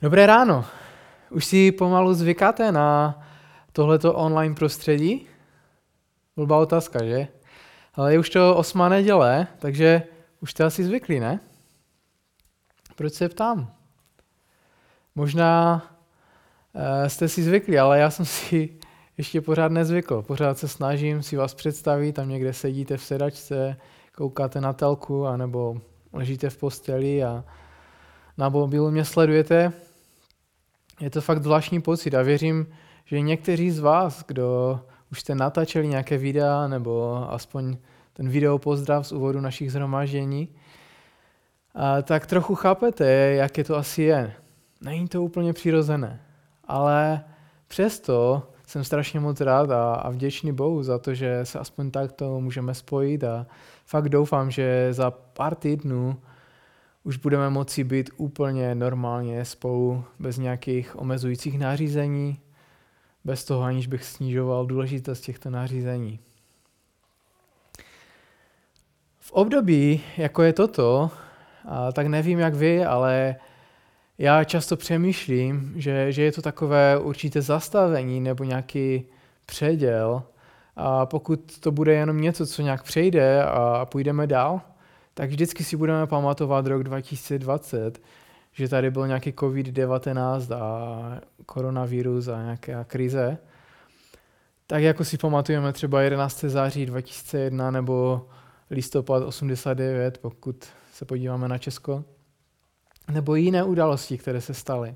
Dobré ráno. Už si pomalu zvykáte na tohleto online prostředí? Blbá otázka, že? Ale je už to 8. neděle, takže už jste asi zvyklí, ne? Proč se ptám? Možná jste si zvykli, ale já jsem si ještě pořád nezvykl. Pořád se snažím si vás představit, tam někde sedíte v sedačce, koukáte na telku, anebo ležíte v posteli a na mobilu mě sledujete. Je to fakt zvláštní pocit a věřím, že někteří z vás, kdo už jste natáčeli nějaké videa nebo aspoň ten video pozdrav z úvodu našich shromáždění, tak trochu chápete, jaké to asi je. Není to úplně přirozené, ale přesto jsem strašně moc rád a vděčný Bohu za to, že se aspoň takto můžeme spojit a fakt doufám, že za pár týdnů už budeme moci být úplně normálně spolu, bez nějakých omezujících nařízení, bez toho, aniž bych snižoval důležitost těchto nařízení. V období, jako je toto, tak nevím jak vy, ale já často přemýšlím, že je to takové určité zastavení nebo nějaký předěl. A pokud to bude jenom něco, co nějak přejde a půjdeme dál, tak vždycky si budeme pamatovat rok 2020, že tady byl nějaký COVID-19 a koronavirus a nějaká krize. Tak jako si pamatujeme třeba 11. září 2001 nebo listopad 89, pokud se podíváme na Česko, nebo jiné události, které se staly.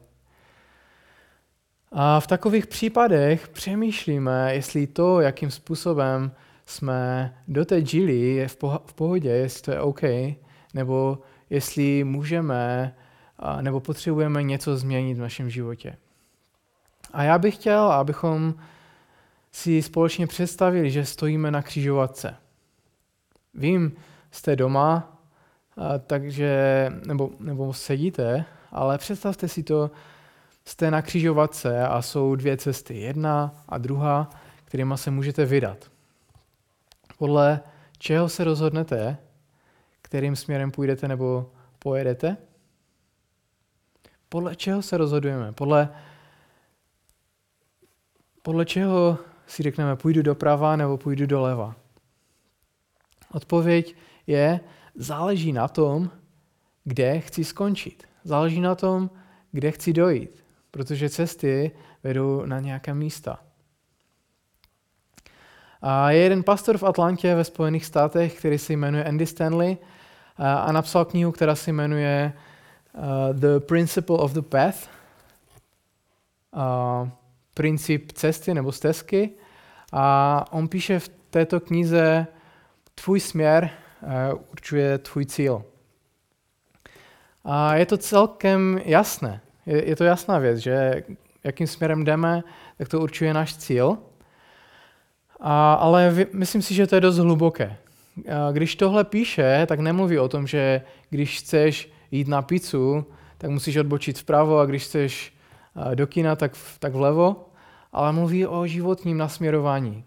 A v takových případech přemýšlíme, jestli to, jakým způsobem jsme doteď žili, je v pohodě, jestli to je OK, nebo jestli můžeme nebo potřebujeme něco změnit v našem životě. A já bych chtěl, abychom si společně představili, že stojíme na křižovatce. Vím, jste doma, takže, nebo sedíte, ale představte si to, jste na křižovatce a jsou dvě cesty, jedna a druhá, kterýma se můžete vydat. Podle čeho se rozhodnete, kterým směrem půjdete nebo pojedete? Podle čeho se rozhodujeme? Podle čeho si řekneme, půjdu doprava nebo půjdu doleva? Odpověď je, záleží na tom, kde chci skončit. Záleží na tom, kde chci dojít, protože cesty vedou na nějaká místa. A je jeden pastor v Atlantě ve Spojených státech, který se jmenuje Andy Stanley a napsal knihu, která se jmenuje The Principle of the Path, princip cesty nebo stezky. A on píše v této knize, tvůj směr určuje tvůj cíl. A je to celkem jasné. Je to jasná věc, že jakým směrem jdeme, tak to určuje náš cíl. Ale myslím si, že to je dost hluboké. Když tohle píše, tak nemluví o tom, že když chceš jít na pizzu, tak musíš odbočit vpravo a když chceš do kina, tak vlevo, ale mluví o životním nasměrování.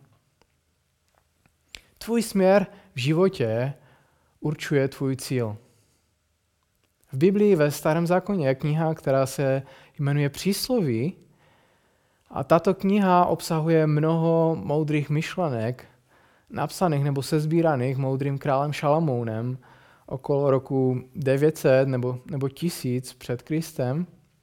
Tvůj směr v životě určuje tvůj cíl. V Biblii ve Starém zákoně je kniha, která se jmenuje Přísloví, a tato kniha obsahuje mnoho moudrých myšlenek, napsaných nebo sesbíraných moudrým králem Šalamounem okolo roku 900 nebo 1000 před Kristem.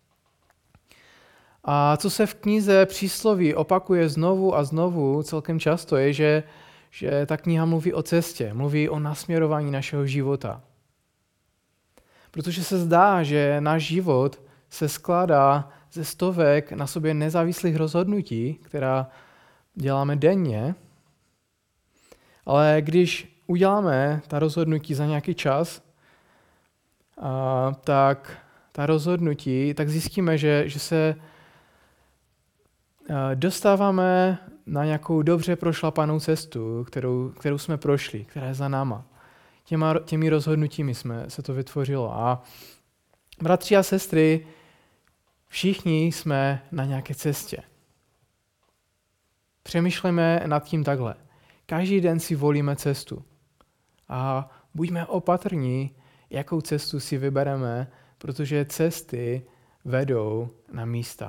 A co se v knize Přísloví opakuje znovu a znovu celkem často, je, že ta kniha mluví o cestě, mluví o nasměrování našeho života. Protože se zdá, že náš život se skládá ze stovek na sobě nezávislých rozhodnutí, která děláme denně, ale když uděláme ta rozhodnutí za nějaký čas, tak zjistíme, že se dostáváme na nějakou dobře prošlapanou cestu, kterou jsme prošli, která je za náma. Těmi rozhodnutími se to vytvořilo. A bratři a sestry, všichni jsme na nějaké cestě. Přemýšlejme nad tím takhle. Každý den si volíme cestu. A buďme opatrní, jakou cestu si vybereme, protože cesty vedou na místa.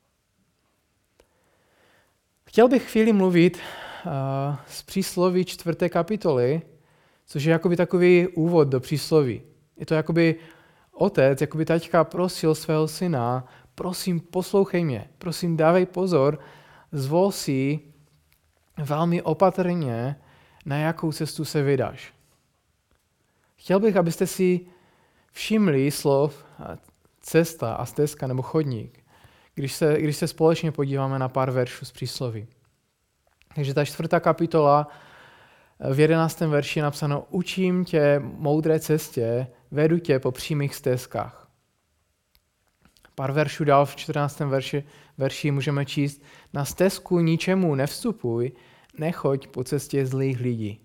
Chtěl bych chvíli mluvit z přísloví 4. kapitoly, což je jakoby takový úvod do přísloví. Je to jakoby otec, jakoby taťka prosil svého syna, prosím, poslouchej mě, prosím, dávej pozor, zvol si velmi opatrně, na jakou cestu se vydáš. Chtěl bych, abyste si všimli slov cesta a stezka nebo chodník, když se společně podíváme na pár veršů z přísloví. Takže ta 4. kapitola v 11. verši je napsáno: Učím tě moudré cestě, vedu tě po přímých stezkách. Pár veršů dál v 14. verši můžeme číst: Na stezku ničemu nevstupuj, nechoď po cestě zlých lidí.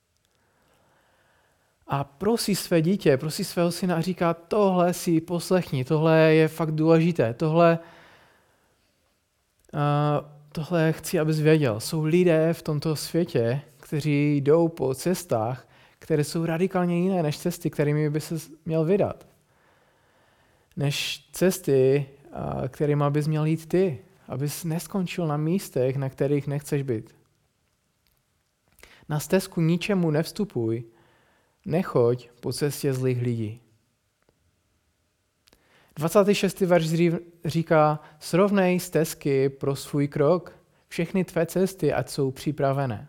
A prosí své dítě, prosí svého syna a říká: tohle si poslechni, tohle je fakt důležité, tohle chci, abys věděl. Jsou lidé v tomto světě, kteří jdou po cestách, které jsou radikálně jiné než cesty, kterými by se měl vydat. Než cesty, kterými bys měl jít ty, abys neskončil na místech, na kterých nechceš být. Na stezku ničemu nevstupuj, nechoď po cestě zlých lidí. 26. verš říká: Srovnej stezky pro svůj krok, všechny tvé cesty, ať jsou připravené.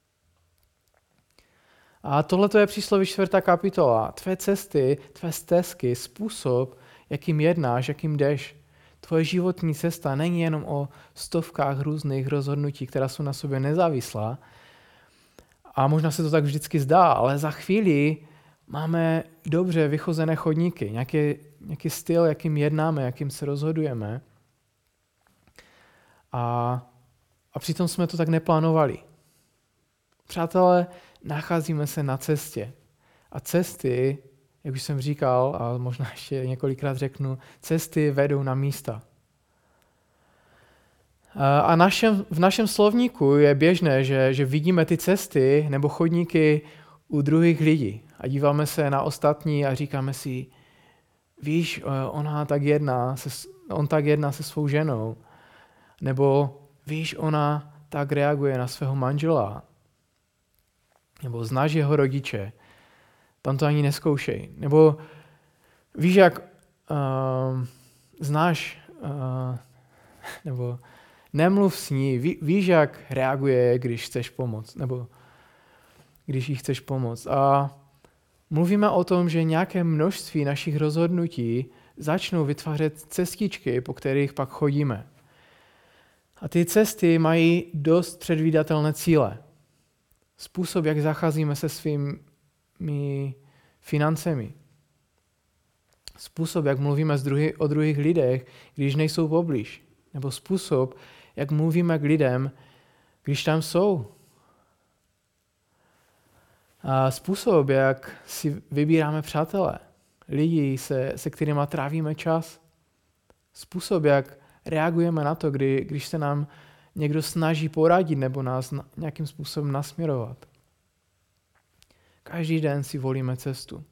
A tohle je přísloví 4. kapitola. Tvé cesty, tvé stezky, způsob, jakým jednáš, jakým jdeš. Tvoje životní cesta není jenom o stovkách různých rozhodnutí, která jsou na sobě nezávislá. A možná se to tak vždycky zdá, ale za chvíli máme dobře vychozené chodníky, nějaký styl, jakým jednáme, jakým se rozhodujeme. A přitom jsme to tak neplánovali. Přátelé, nacházíme se na cestě. A cesty, jak už jsem říkal, a možná ještě několikrát řeknu, cesty vedou na místa. A v našem slovníku je běžné, že vidíme ty cesty nebo chodníky u druhých lidí. A díváme se na ostatní a říkáme si: víš, on tak jedná se svou ženou. Nebo víš, ona tak reaguje na svého manžela. Nebo znáš jeho rodiče, tam to ani neskoušej. Nebo víš, jak znáš, nebo nemluv s ní, víš, jak reaguje, když chceš pomoct, nebo když jí chceš pomoct. A mluvíme o tom, že nějaké množství našich rozhodnutí začnou vytvářet cestičky, po kterých pak chodíme. A ty cesty mají dost předvídatelné cíle. Způsob, jak zacházíme se svými financemi. Způsob, jak mluvíme o druhých lidech, když nejsou poblíž. Nebo způsob, jak mluvíme k lidem, když tam jsou. A způsob, jak si vybíráme přátele, lidi, se kterými trávíme čas. Způsob, jak reagujeme na to, když se nám někdo snaží poradit nebo nás nějakým způsobem nasměrovat. Každý den si volíme cestu.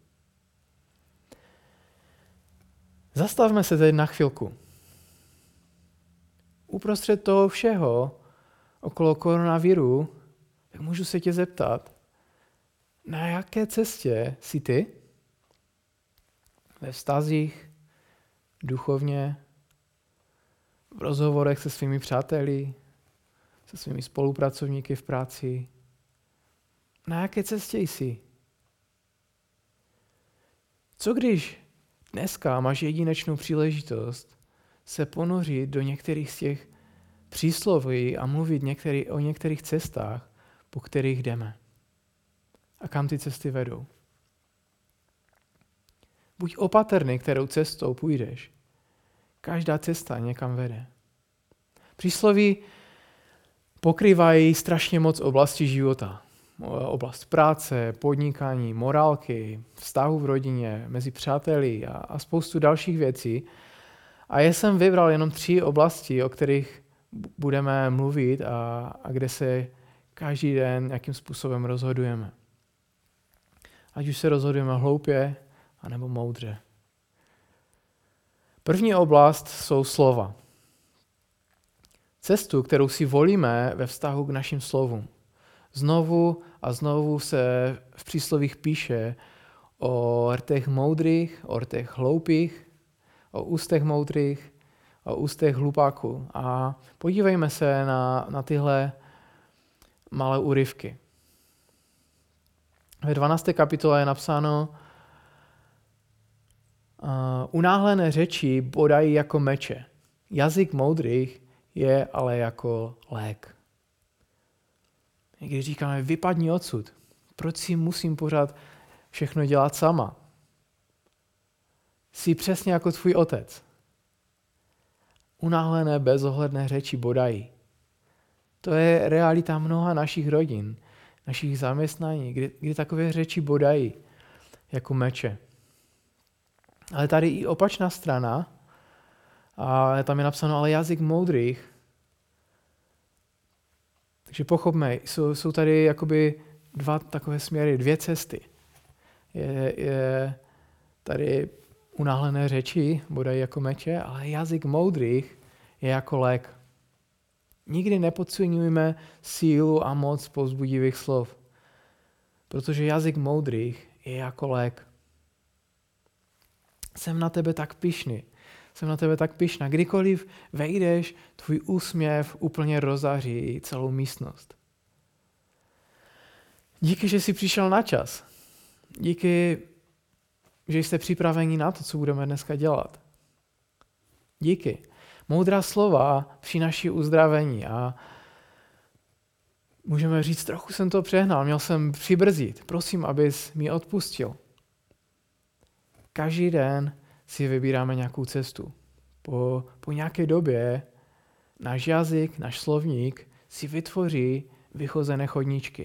Zastavme se teď na chvilku. Uprostřed toho všeho, okolo koronaviru, tak můžu se tě zeptat, na jaké cestě jsi ty? Ve vztazích, duchovně, v rozhovorech se svými přáteli, se svými spolupracovníky v práci. Na jaké cestě jsi? Co když dneska máš jedinečnou příležitost se ponořit do některých z těch přísloví a mluvit o některých cestách, po kterých jdeme? A kam ty cesty vedou? Buď opatrný, kterou cestou půjdeš. Každá cesta někam vede. Přísloví pokrývají strašně moc oblasti života. Oblast práce, podnikání, morálky, vztahu v rodině, mezi přáteli a spoustu dalších věcí. A já jsem vybral jenom 3 oblasti, o kterých budeme mluvit a kde se každý den nějakým způsobem rozhodujeme. Ať už se rozhodujeme hloupě, anebo moudře. První oblast jsou slova. Cestu, kterou si volíme ve vztahu k našim slovům. Znovu a znovu se v příslovích píše o rtech moudrých, o rtech hloupých, o ústech moudrých, o ústech hlupáků. A podívejme se na tyhle malé úryvky. Ve 12. kapitole je napsáno: unáhlené řeči bodají jako meče. Jazyk moudrých je ale jako lék. Když říkáme, vypadni odsud, proč si musím pořád všechno dělat sama? Jsi přesně jako tvůj otec. Unáhlené bezohledné řeči bodají. To je realita mnoha našich rodin, našich zaměstnání, kdy takové řeči bodají jako meče. Ale tady i opačná strana, a tam je napsáno, ale jazyk moudrých. Takže pochopme, jsou tady jakoby dva takové směry, dvě cesty. Je tady unáhlené řeči, bodají jako meče, ale jazyk moudrých je jako lék. Nikdy nepodceňujme sílu a moc povzbudivých slov, protože jazyk moudrých je jako lék. Jsem na tebe tak pyšný, jsem na tebe tak pyšná. Kdykoliv vejdeš, tvůj úsměv úplně rozaří celou místnost. Díky, že jsi přišel na čas. Díky, že jste připraveni na to, co budeme dneska dělat. Díky. Moudrá slova přináší uzdravení a můžeme říct, trochu jsem to přehnal, měl jsem přibrzdit. Prosím, abys mi odpustil. Každý den si vybíráme nějakou cestu. Po nějaké době náš jazyk, náš slovník si vytvoří vychozené chodníčky.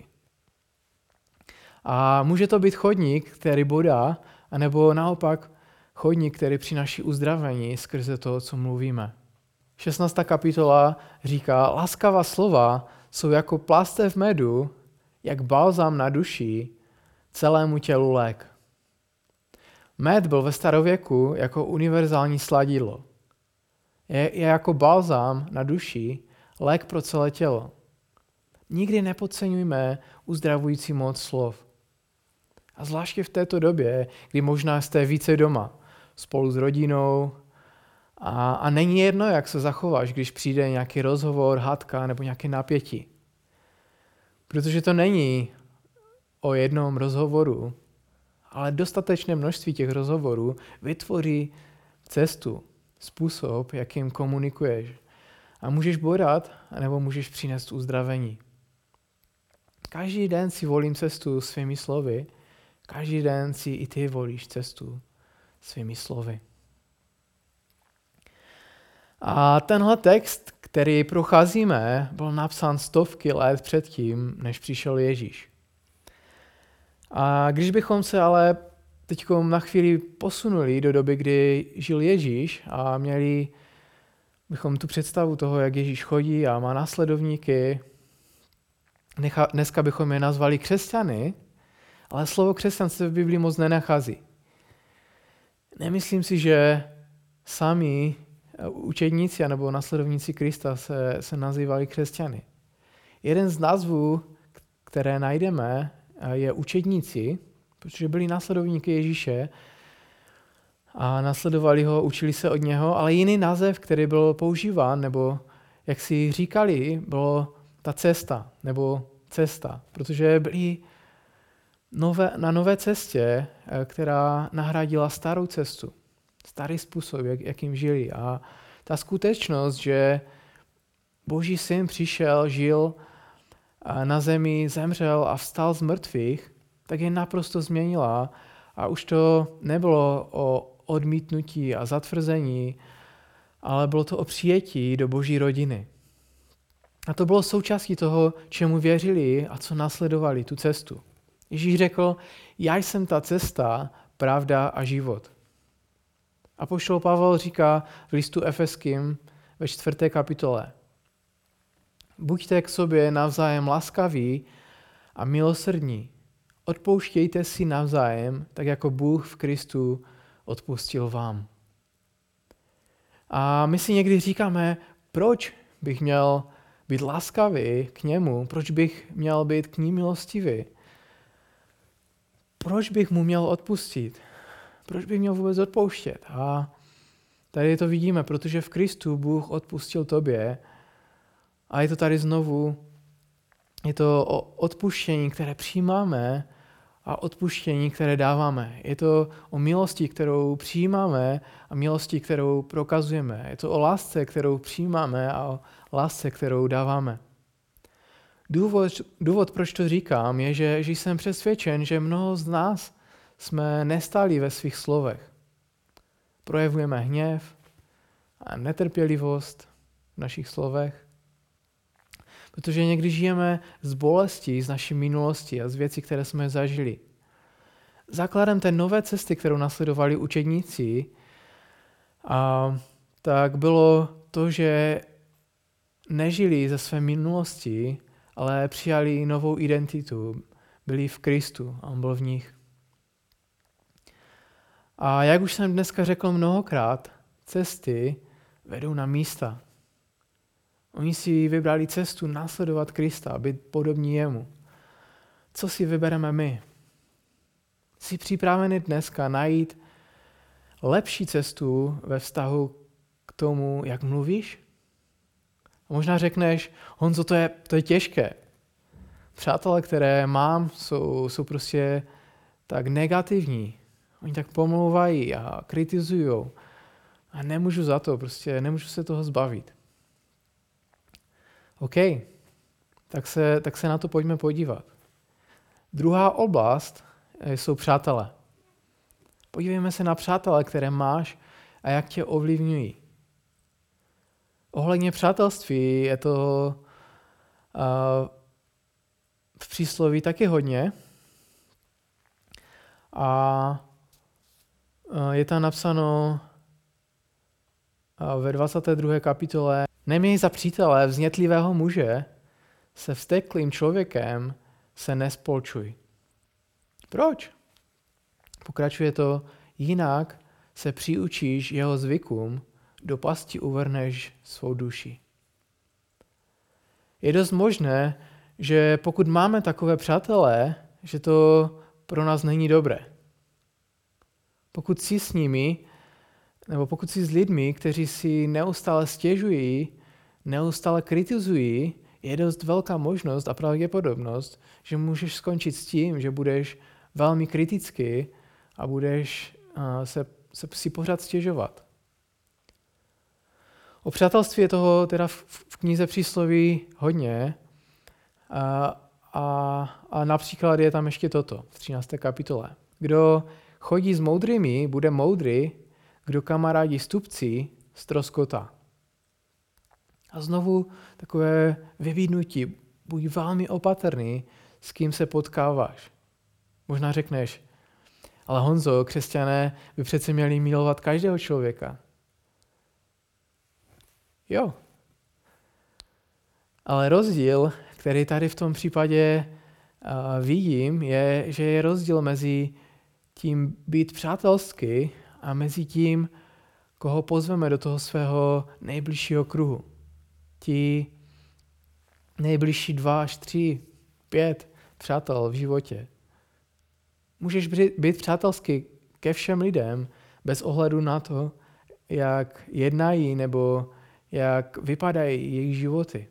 A může to být chodník, který bodá, anebo naopak chodník, který přináší uzdravení skrze to, co mluvíme. 16. kapitola říká, laskavá slova jsou jako plástev medu, jak balzám na duši, celému tělu lék. Med byl ve starověku jako univerzální sladidlo. Je jako balzám na duši, lék pro celé tělo. Nikdy nepodceňujme uzdravující moc slov. A zvláště v této době, kdy možná jste více doma, spolu s rodinou a není jedno, jak se zachováš, když přijde nějaký rozhovor, hádka nebo nějaké napětí. Protože to není o jednom rozhovoru, ale dostatečné množství těch rozhovorů vytvoří cestu, způsob, jakým komunikuješ. A můžeš bodat, anebo můžeš přinést uzdravení. Každý den si volím cestu svými slovy, každý den si i ty volíš cestu svými slovy. A tenhle text, který procházíme, byl napsán stovky let předtím, než přišel Ježíš. A když bychom se ale teď na chvíli posunuli do doby, kdy žil Ježíš a měli bychom tu představu toho, jak Ježíš chodí a má následovníky, dneska bychom je nazvali křesťany, ale slovo křesťan se v Biblii moc nenachází. Nemyslím si, že sami učedníci nebo následovníci Krista se nazývali křesťany. Jeden z názvů, které najdeme, je učedníci, protože byli následovníky Ježíše a následovali ho, učili se od něho, ale jiný název, který byl používán, nebo jak si říkali, bylo ta cesta, nebo cesta, protože byli na nové cestě, která nahradila starou cestu, starý způsob, jakým žili. A ta skutečnost, že Boží syn přišel, žil na zemi, zemřel a vstal z mrtvých, tak je naprosto změnila a už to nebylo o odmítnutí a zatvrzení, ale bylo to o přijetí do Boží rodiny. A to bylo součástí toho, čemu věřili a co následovali, tu cestu. Ježíš řekl, já jsem ta cesta, pravda a život. Apoštol Pavel říká v listu Efeským ve 4. kapitole. Buďte k sobě navzájem laskaví a milosrdní. Odpouštějte si navzájem, tak jako Bůh v Kristu odpustil vám. A my si někdy říkáme, proč bych měl být laskavý k němu, proč bych měl být k ní milostivý, proč bych mu měl odpustit, proč bych měl vůbec odpouštět. A tady to vidíme, protože v Kristu Bůh odpustil tobě a je to tady znovu, je to o odpuštění, které přijímáme a odpuštění, které dáváme. Je to o milosti, kterou přijímáme a milosti, kterou prokazujeme. Je to o lásce, kterou přijímáme a o lásce, kterou dáváme. Důvod, proč to říkám, je, že jsem přesvědčen, že mnoho z nás jsme nestálí ve svých slovech. Projevujeme hněv a netrpělivost v našich slovech, protože někdy žijeme z bolesti, z naší minulosti a z věcí, které jsme zažili. Základem té nové cesty, kterou nasledovali učedníci, tak bylo to, že nežili ze své minulosti, ale přijali novou identitu. Byli v Kristu a on byl v nich. A jak už jsem dneska řekl mnohokrát, cesty vedou na místa. Oni si vybrali cestu následovat Krista, být podobní jemu. Co si vybereme my? Jsi připravený dneska najít lepší cestu ve vztahu k tomu, jak mluvíš? A možná řekneš, Honzo, to je těžké. Přátelé, které mám, jsou prostě tak negativní. Oni tak pomlouvají a kritizují. A nemůžu za to, prostě nemůžu se toho zbavit. OK, tak se na to pojďme podívat. Druhá oblast jsou přátelé. Podívejme se na přátelé, které máš a jak tě ovlivňují. Ohledně přátelství je to v přísloví taky hodně. A je tam napsáno ve 22. kapitole: Neměj za přítele vznětlivého muže, se vzteklým člověkem se nespolčuj. Proč? Pokračuje to: jinak se přiučíš jeho zvykům, do pasti uvrhneš svou duši. Je dost možné, že pokud máme takové přátelé, že to pro nás není dobré. Pokud jsi s nimi, nebo pokud jsi s lidmi, kteří si neustále stěžují, neustále kritizují, je dost velká možnost a pravděpodobnost, že můžeš skončit s tím, že budeš velmi kritický a budeš se si pořád stěžovat. O přátelství je toho teda v knize Přísloví hodně a například je tam ještě toto v 13. kapitole. Kdo chodí s moudrými, bude moudrý, kdo kamarádí s tupci, ztroskotá. A znovu takové vybídnutí, buď velmi opatrný, s kým se potkáváš. Možná řekneš, ale Honzo, křesťané by přece měli milovat každého člověka. Jo. Ale rozdíl, který tady v tom případě vidím, je, že je rozdíl mezi tím být přátelský a mezi tím, koho pozveme do toho svého nejbližšího kruhu. Ti nejbližší 2 až 3, 5 přátel v životě. Můžeš být přátelský ke všem lidem bez ohledu na to, jak jednají nebo jak vypadají jejich životy.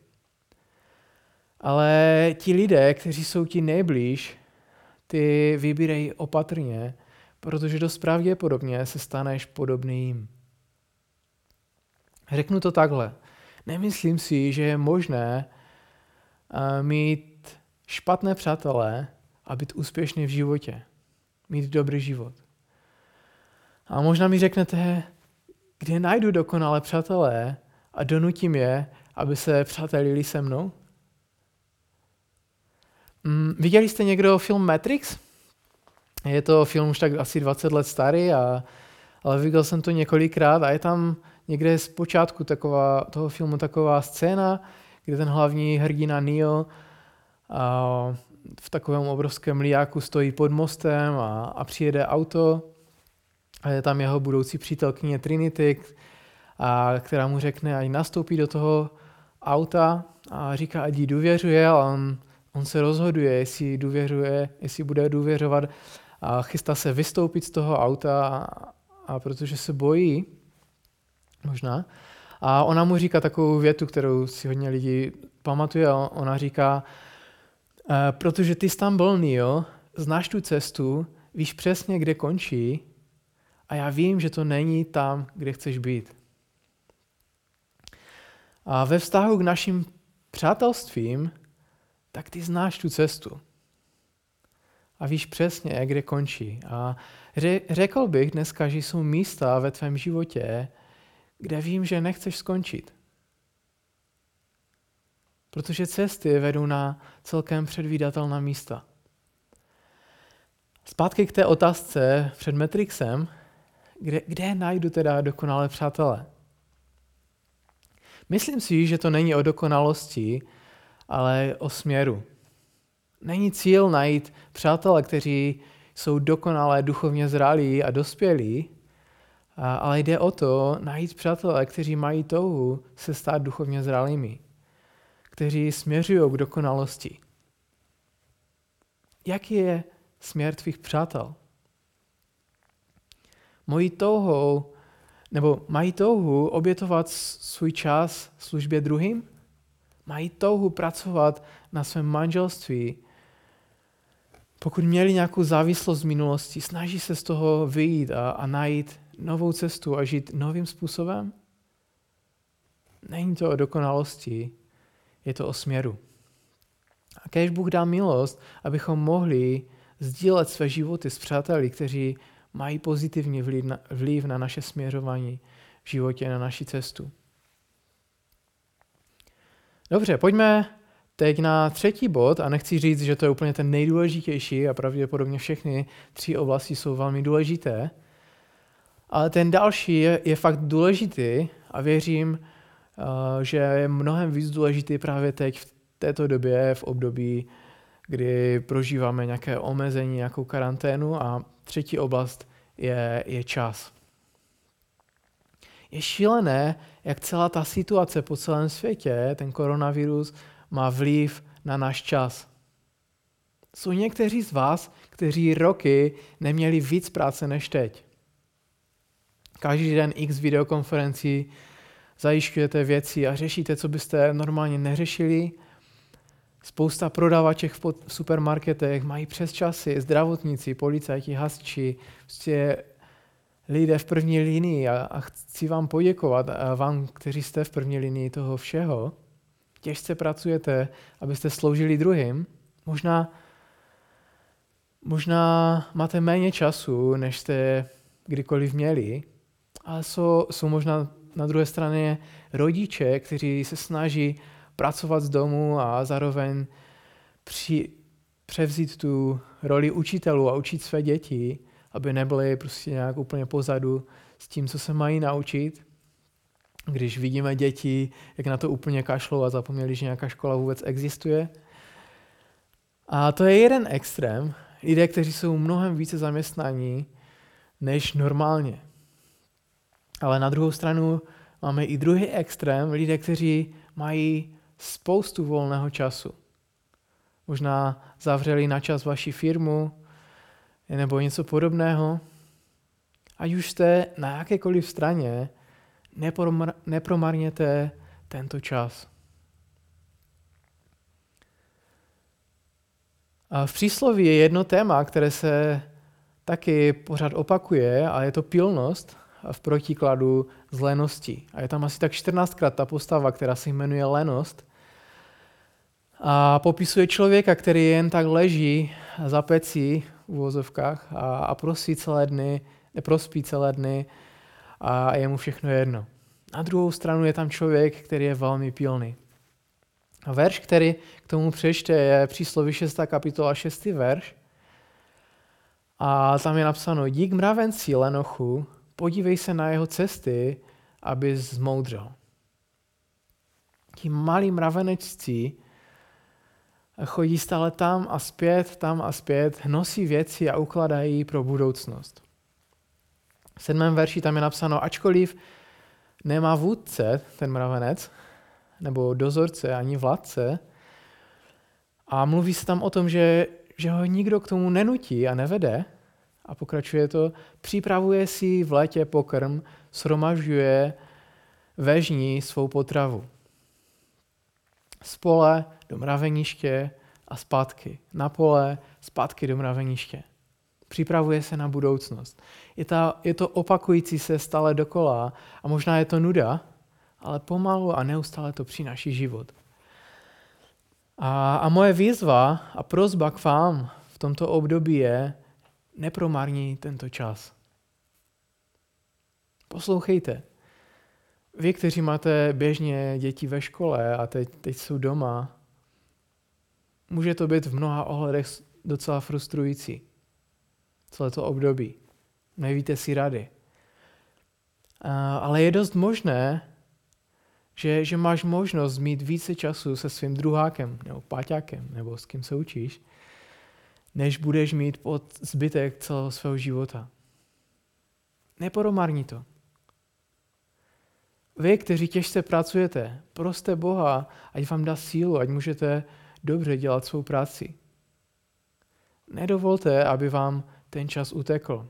Ale ti lidé, kteří jsou ti nejblíž, ty vybírej opatrně, protože dost pravděpodobně se staneš podobný jim. Řeknu to takhle. Nemyslím si, že je možné mít špatné přátelé a být úspěšný v životě. Mít dobrý život. A možná mi řeknete, kde najdu dokonalé přátelé a donutím je, aby se přátelili se mnou? Viděli jste někdo film Matrix? Je to film už tak asi 20 let starý, ale viděl jsem to několikrát a je tam někde z počátku toho filmu taková scéna, kde ten hlavní hrdina Neo v takovém obrovském liáku stojí pod mostem a přijede auto a je tam jeho budoucí přítelkyně Trinity a která mu řekne, ať nastoupí do toho auta a říká, ať jí důvěřuje, ale on se rozhoduje, jestli bude důvěřovat a chystá se vystoupit z toho auta, a protože se bojí, možná. A ona mu říká takovou větu, kterou si hodně lidí pamatuje. Ona říká, protože ty jsi tam byl, jo, znáš tu cestu, víš přesně, kde končí a já vím, že to není tam, kde chceš být. A ve vztahu k našim přátelstvím, tak ty znáš tu cestu. A víš přesně, kde končí. A řekl bych dneska, že jsou místa ve tvém životě, kde vím, že nechceš skončit. Protože cesty vedou na celkem předvídatelná místa. Zpátky k té otázce před Matrixem, kde najdu teda dokonalé přátele? Myslím si, že to není o dokonalosti, ale o směru. Není cíl najít přátele, kteří jsou dokonale duchovně zralí a dospělí, ale jde o to najít přátele, kteří mají touhu se stát duchovně zralými, kteří směřují k dokonalosti. Jaký je směr tvých přátel? Mají touhu obětovat svůj čas službě druhým? Mají touhu pracovat na svém manželství? Pokud měli nějakou závislost z minulosti, snaží se z toho vyjít a najít novou cestu a žít novým způsobem? Není to o dokonalosti, je to o směru. A kéž Bůh dá milost, abychom mohli sdílet své životy s přáteli, kteří mají pozitivní vliv na naše směřování v životě, na naši cestu. Dobře, pojďme teď na třetí bod a nechci říct, že to je úplně ten nejdůležitější a pravděpodobně všechny 3 oblasti jsou velmi důležité, ale ten další je fakt důležitý a věřím, že je mnohem víc důležitý právě teď v této době, v období, kdy prožíváme nějaké omezení, nějakou karanténu a třetí oblast je čas. Je šílené, jak celá ta situace po celém světě, ten koronavirus, má vliv na náš čas. Jsou někteří z vás, kteří roky neměli víc práce než teď. Každý den x videokonferencí zajišťujete věci a řešíte, co byste normálně neřešili. Spousta prodavaček v supermarketech mají přesčasy, zdravotníci, policajti, hasiči, prostě lidé v první linii a chci vám poděkovat, a vám, kteří jste v první linii toho všeho. Těžce pracujete, abyste sloužili druhým. Možná máte méně času, než jste kdykoliv měli, ale jsou možná na druhé straně rodiče, kteří se snaží pracovat z domu a zároveň převzít tu roli učitelů a učit své děti, aby nebyli prostě nějak úplně pozadu s tím, co se mají naučit. Když vidíme děti, jak na to úplně kašlou a zapomněli, že nějaká škola vůbec existuje. A to je jeden extrém. Lidé, kteří jsou mnohem více zaměstnaní než normálně. Ale na druhou stranu máme i druhý extrém, lidé, kteří mají spoustu volného času. Možná zavřeli na čas vaši firmu nebo něco podobného. Ať už jste na jakékoliv straně, nepromarněte tento čas. A v přísloví je jedno téma, které se taky pořád opakuje, a je to pilnost v protikladu s leností. A je tam asi tak 14krát ta postava, která se jmenuje lenost. A popisuje člověka, který jen tak leží za pecí v uvozovkách a prospí celé dny a je mu všechno jedno. Na druhou stranu je tam člověk, který je velmi pilný. A verš, který k tomu přečte, je přísloví 6. kapitola 6. verš. A tam je napsáno: dík mravenci lenochu, podívej se na jeho cesty, aby zmoudřel. Ti malí mravenečci chodí stále tam a zpět, nosí věci a ukladají pro budoucnost. V 7. verši tam je napsáno: ačkoliv nemá vůdce, ten mravenec, nebo dozorce, ani vládce. A mluví se tam o tom, že ho nikdo k tomu nenutí a nevede. A pokračuje to, připravuje si v létě pokrm, shromažďuje ve žni svou potravu. Z pole do mraveniště a zpátky. Na pole, zpátky do mraveniště. Připravuje se na budoucnost. Je to opakující se stále dokola a možná je to nuda, ale pomalu a neustále to přináší život. A moje výzva a prosba k vám v tomto období je, nepromarní tento čas. Poslouchejte. Vy, kteří máte běžně děti ve škole a teď jsou doma, může to být v mnoha ohledech docela frustrující. Celé to období. Nevíte si rady. Ale je dost možné, že máš možnost mít více času se svým druhákem nebo páťákem, nebo s kým se učíš, než budeš mít pod zbytek celého svého života. Nepromarní to. Vy, kteří těžce pracujete, proste Boha, ať vám dá sílu, ať můžete dobře dělat svou práci. Nedovolte, aby vám ten čas utekl.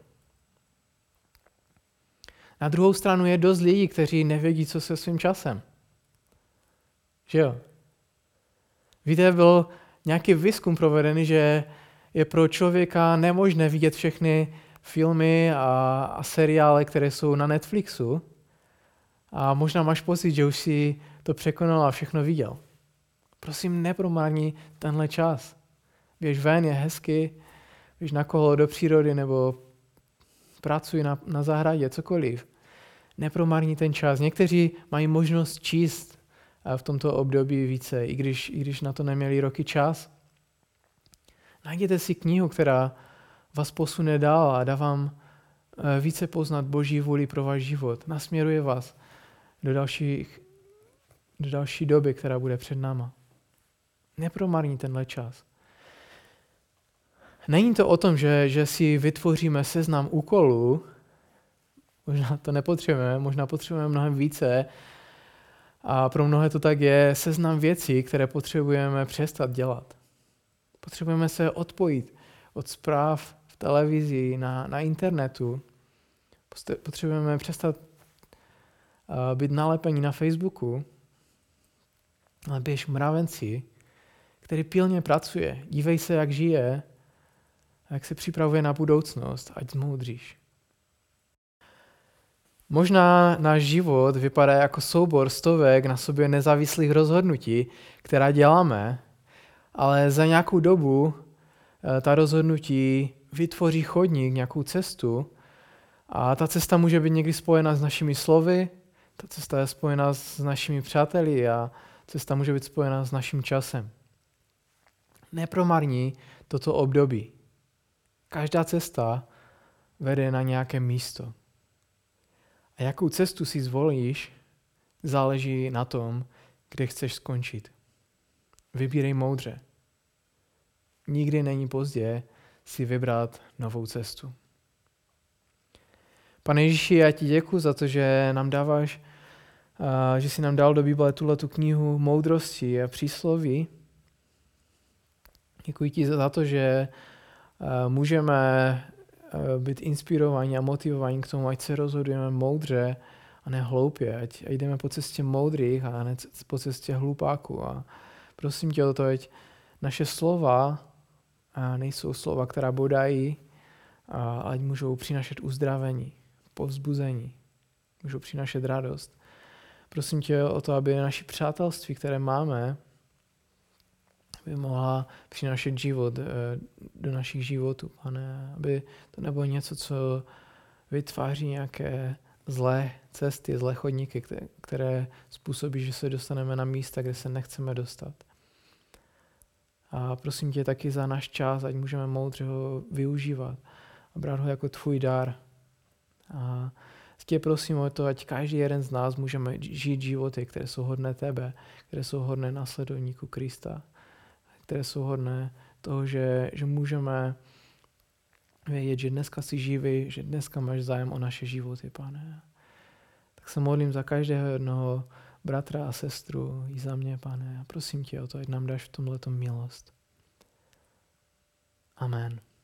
Na druhou stranu je dost lidí, kteří nevědí, co se svým časem. Že jo? Víte, byl nějaký výzkum provedený, že je pro člověka nemožné vidět všechny filmy a seriály, které jsou na Netflixu. A možná máš pocit, že už si to překonal a všechno viděl. Prosím, nepromarni tenhle čas. Běž ven, je hezky, běž na kolo do přírody nebo pracuj na zahradě, cokoliv. Nepromarni ten čas. Někteří mají možnost číst v tomto období více, i když na to neměli roky čas. Najděte si knihu, která vás posune dál a dá vám více poznat Boží vůli pro váš život. Nasměruje vás do další doby, která bude před náma. Nepromarní tenhle čas. Není to o tom, že si vytvoříme seznam úkolů, možná to nepotřebujeme, možná potřebujeme mnohem více a pro mnohé to tak je seznam věcí, které potřebujeme přestat dělat. Potřebujeme se odpojit od zpráv v televizi, na internetu. Potřebujeme přestat být nalepení na Facebooku, ale běž mravenci, který pilně pracuje. Dívej se, jak žije, jak se připravuje na budoucnost, ať zmoudříš. Možná náš život vypadá jako soubor stovek na sobě nezávislých rozhodnutí, která děláme, ale za nějakou dobu ta rozhodnutí vytvoří chodník, nějakou cestu a ta cesta může být někdy spojena s našimi slovy, ta cesta je spojena s našimi přáteli a cesta může být spojena s naším časem. Nepromarní toto období. Každá cesta vede na nějaké místo. A jakou cestu si zvolíš, záleží na tom, kde chceš skončit. Vybírej moudře. Nikdy není pozdě si vybrat novou cestu. Pane Ježíši, já ti děkuji za to, že nám dáváš, že jsi nám dal do Bible tuhletu knihu moudrosti a přísloví. Děkuji ti za to, že můžeme být inspirováni a motivováni k tomu, ať se rozhodujeme moudře a ne hloupě, ať jdeme po cestě moudrých a ne po cestě hlupáků. A prosím tě o to, ať naše slova nejsou slova, která bodají, a ať můžou přinášet uzdravení, povzbuzení, můžou přinášet radost. Prosím tě o to, aby naše přátelství, které máme, by mohla přinášet život do našich životů, Pane, aby to nebylo něco, co vytváří nějaké zlé cesty, zlé chodníky, které způsobí, že se dostaneme na místa, kde se nechceme dostat. A prosím tě taky za náš čas, ať můžeme moudře ho využívat a brát ho jako tvůj dar. A tě prosím o to, ať každý jeden z nás můžeme žít životy, které jsou hodné tebe, které jsou hodné následovníků Krista, které jsou hodné toho, že můžeme vědět, že dneska jsi živý, že dneska máš zájem o naše životy, Pane. Tak Tak se modlím za každého jednoho bratra a sestru i za mě, Pane. A prosím tě o to, ať nám dáš v tomhletom milost. Amen.